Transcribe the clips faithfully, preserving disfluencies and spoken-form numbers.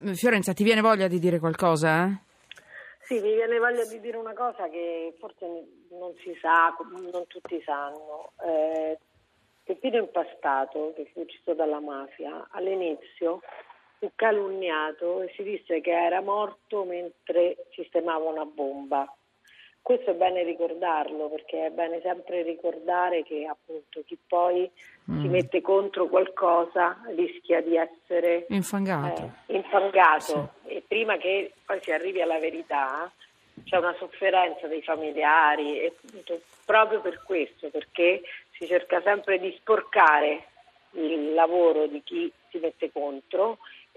Fiorenza, ti viene voglia di dire qualcosa? Eh? Sì, mi viene voglia di dire una cosa che forse non si sa, non tutti sanno. Eh, Peppino Impastato, che fu ucciso dalla mafia, all'inizio fu calunniato e si disse che era morto mentre sistemava una bomba. Questo è bene ricordarlo, perché è bene sempre ricordare che appunto chi poi mm. si mette contro qualcosa rischia di essere infangato, eh, infangato. Sì. E prima che poi si arrivi alla verità c'è una sofferenza dei familiari, e appunto proprio per questo, perché si cerca sempre di sporcare il lavoro di chi si mette contro,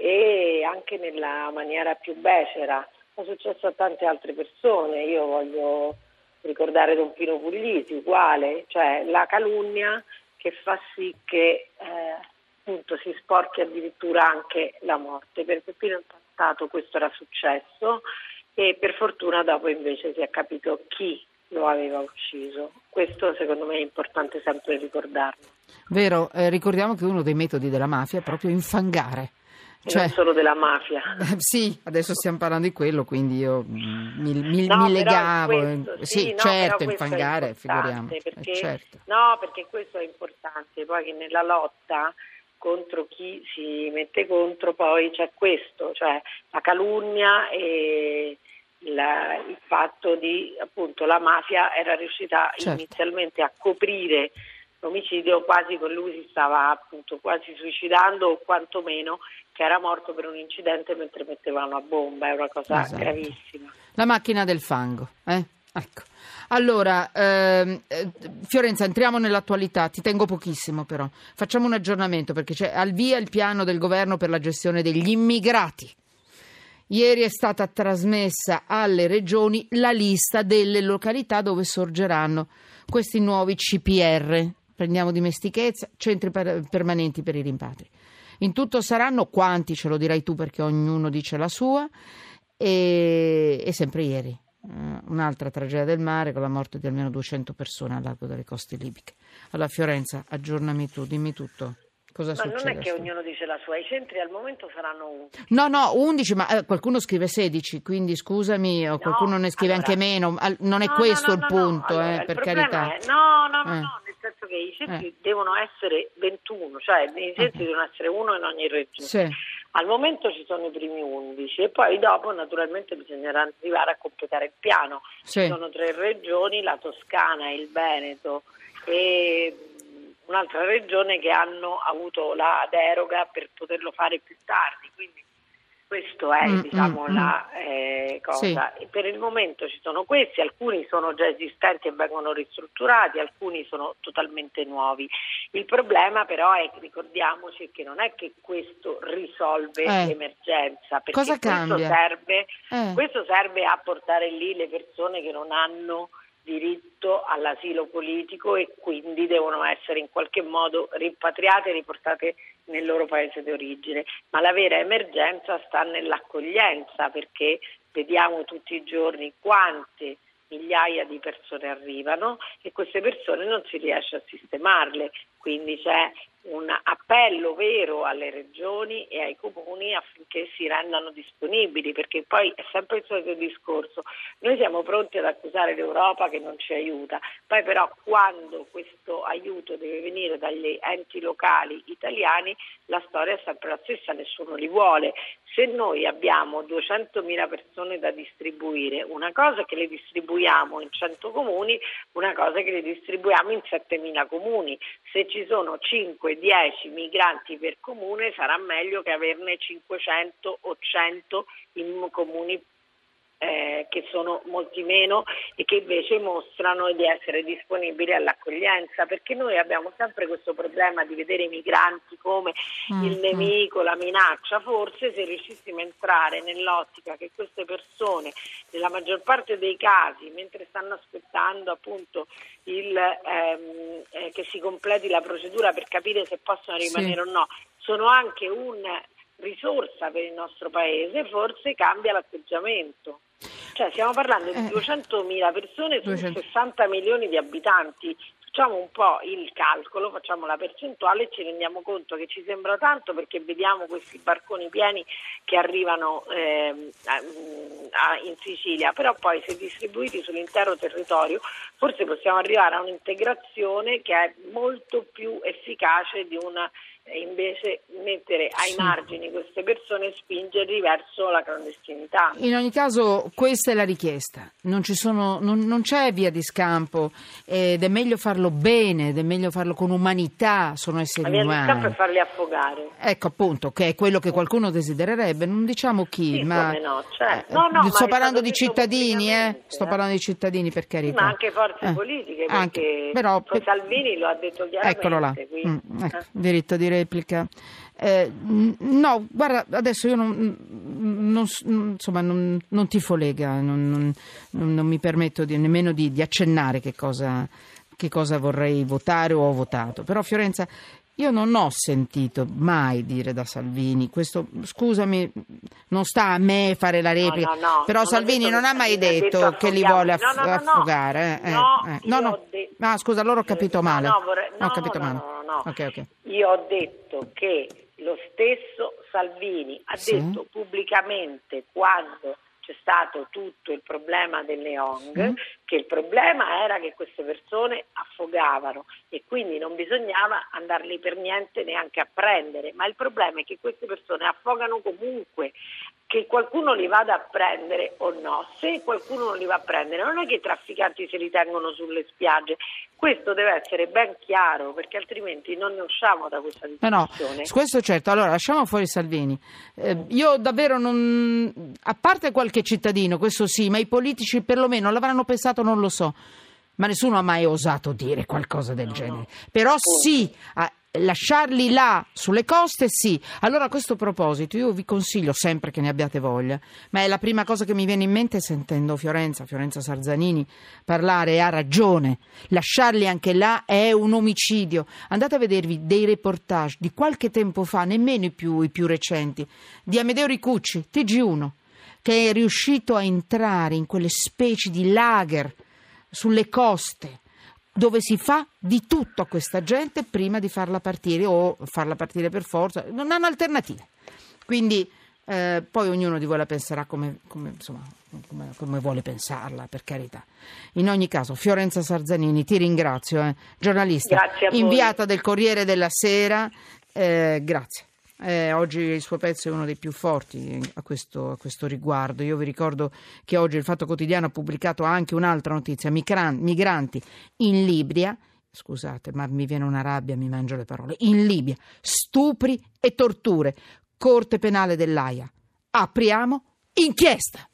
e anche nella maniera più becera. È successo a tante altre persone. Io voglio ricordare Don Pino Puglisi, uguale, cioè la calunnia che fa sì che eh, appunto si sporchi addirittura anche la morte. Per Peppino Impastato questo era successo, e per fortuna dopo invece si è capito chi lo aveva ucciso. Questo secondo me è importante sempre ricordarlo. Vero, eh, ricordiamo che uno dei metodi della mafia è proprio infangare. Cioè, non solo della mafia. Eh, sì, adesso stiamo parlando di quello, quindi io mi, mi, no, mi legavo. Questo, sì, sì, no, certo, infangare, figuriamo. Perché, eh, certo. No, perché questo è importante, poi che nella lotta contro chi si mette contro poi c'è questo, cioè la calunnia e la, il fatto di, appunto, la mafia era riuscita certo. inizialmente a coprire l'omicidio quasi con lui si stava appunto quasi suicidando, o quantomeno che era morto per un incidente mentre mettevano a bomba. È una cosa esatto. gravissima. La macchina del fango, eh? Ecco. Allora, ehm, Fiorenza, entriamo nell'attualità, ti tengo pochissimo però. Facciamo un aggiornamento, perché c'è al via il piano del governo per la gestione degli immigrati. Ieri è stata trasmessa alle regioni la lista delle località dove sorgeranno questi nuovi C P R. Prendiamo dimestichezza, centri per, permanenti per i rimpatri. In tutto saranno quanti, ce lo dirai tu perché ognuno dice la sua, e, e sempre ieri uh, un'altra tragedia del mare con la morte di almeno duecento persone al largo delle coste libiche. Allora Fiorenza, aggiornami tu, dimmi tutto. Cosa Ma succede? non è che ognuno dice la sua, i centri al momento saranno undici. No, no, undici, ma eh, qualcuno scrive sedici, quindi scusami, o no, qualcuno ne scrive allora, anche meno, non è no, questo no, il no, punto, no. Allora, eh, il per carità. È, no, no, no, eh. no, nel senso che i centri eh. devono essere ventuno, cioè i centri eh. devono essere uno in ogni regione. Sì. Al momento ci sono i primi undici e poi dopo naturalmente bisognerà arrivare a completare il piano. Sì. Ci sono tre regioni, la Toscana, il Veneto e un'altra regione che hanno avuto la deroga per poterlo fare più tardi, quindi questo è mm, diciamo mm, la eh, cosa. Sì. E per il momento ci sono questi, alcuni sono già esistenti e vengono ristrutturati, alcuni sono totalmente nuovi. Il problema però è, ricordiamoci, che non è che questo risolve eh. l'emergenza, perché cosa questo cambia? serve, eh. questo serve a portare lì le persone che non hanno diritto all'asilo politico e quindi devono essere in qualche modo rimpatriate e riportate nel loro paese di origine. Ma la vera emergenza sta nell'accoglienza, perché vediamo tutti i giorni quante migliaia di persone arrivano e queste persone non si riesce a sistemarle, quindi c'è un appello vero alle regioni e ai comuni affinché si rendano disponibili, perché poi è sempre il solito discorso, noi siamo pronti ad accusare l'Europa che non ci aiuta, poi però quando questo aiuto deve venire dagli enti locali italiani la storia è sempre la stessa, nessuno li vuole. Se noi abbiamo duecentomila persone da distribuire, una cosa è che le distribuiamo in cento comuni, una cosa è che le distribuiamo in settemila comuni. Se ci sono cinque dieci migranti per comune sarà meglio che averne cinquecento o cento in comuni eh, che sono molti meno e che invece mostrano di essere disponibili all'accoglienza, perché noi abbiamo sempre questo problema di vedere i migranti come mm, il nemico, mm. la minaccia. Forse se riuscissimo a entrare nell'ottica che queste persone, nella maggior parte dei casi, mentre stanno aspettando appunto il ehm, eh, che si completi la procedura per capire se possono rimanere sì. o no, sono anche una risorsa per il nostro paese, forse cambia l'atteggiamento. Cioè stiamo parlando di duecentomila persone su duecento sessanta milioni di abitanti, facciamo un po' il calcolo, facciamo la percentuale e ci rendiamo conto che ci sembra tanto, perché vediamo questi barconi pieni che arrivano eh, a, a, in Sicilia, però poi se distribuiti sull'intero territorio forse possiamo arrivare a un'integrazione che è molto più efficace di una invece mettere ai sì. margini queste persone e spingerli verso la clandestinità. In ogni caso questa è la richiesta, non, ci sono, non, non c'è via di scampo ed è meglio farlo bene, ed è meglio farlo con umanità, sono esseri umani. La via umani. di scampo è farli affogare. Ecco appunto, che è quello che qualcuno desidererebbe, non diciamo chi, sì, ma come no, certo. no, no, sto ma parlando di cittadini, eh? sto eh? parlando di cittadini per carità. Ma anche forze eh. politiche, perché anche, però, poi Salvini lo ha detto chiaramente. Eccolo là, quindi, mm, ecco, eh. diritto di replica. Eh, no, guarda, adesso io non, non, insomma, non, non tifo Lega, non, non, non mi permetto di, nemmeno di, di accennare che cosa, che cosa vorrei votare o ho votato. Però Fiorenza, io non ho sentito mai dire da Salvini questo, scusami, non sta a me fare la replica, no, no, no, però non Salvini non ha mai detto, detto che li vuole no, no, no, affogare. Eh, no, eh. no, no. De- ah, scusa, allora ho capito male. No, no, vorrei... no, ho capito no, male. no, no, no. Okay, okay. Io ho detto che lo stesso Salvini ha sì. detto pubblicamente, quando c'è stato tutto il problema delle O N G, mm. che il problema era che queste persone affogavano e quindi non bisognava andarli per niente neanche a prendere, ma il problema è che queste persone affogano comunque, che qualcuno li vada a prendere o no. Se qualcuno non li va a prendere, non è che i trafficanti si ritengono sulle spiagge, questo deve essere ben chiaro, perché altrimenti non ne usciamo da questa discussione. No, no, questo certo. Allora lasciamo fuori Salvini. Eh, io davvero non, a parte qualche cittadino, questo sì, ma i politici perlomeno l'avranno pensato, non lo so, ma nessuno ha mai osato dire qualcosa del no, genere. No. Però sì, a, lasciarli là sulle coste sì. Allora a questo proposito io vi consiglio sempre che ne abbiate voglia, ma è la prima cosa che mi viene in mente sentendo Fiorenza Fiorenza Sarzanini parlare, e ha ragione, lasciarli anche là è un omicidio. Andate a vedervi dei reportage di qualche tempo fa, nemmeno i più, i più recenti, di Amedeo Ricucci, T G uno, che è riuscito a entrare in quelle specie di lager sulle coste dove si fa di tutto a questa gente prima di farla partire, o farla partire per forza, non hanno alternative. Quindi eh, poi ognuno di voi la penserà come, come, insomma, come, come vuole pensarla, per carità. In ogni caso, Fiorenza Sarzanini, ti ringrazio, eh, giornalista, inviata del Corriere della Sera, eh, grazie. Eh, oggi il suo pezzo è uno dei più forti a questo, a questo riguardo. Io vi ricordo che oggi il Fatto Quotidiano ha pubblicato anche un'altra notizia: Migran- migranti in Libia, scusate ma mi viene una rabbia, mi mangio le parole, in Libia, stupri e torture, Corte Penale dell'Aia, apriamo inchiesta.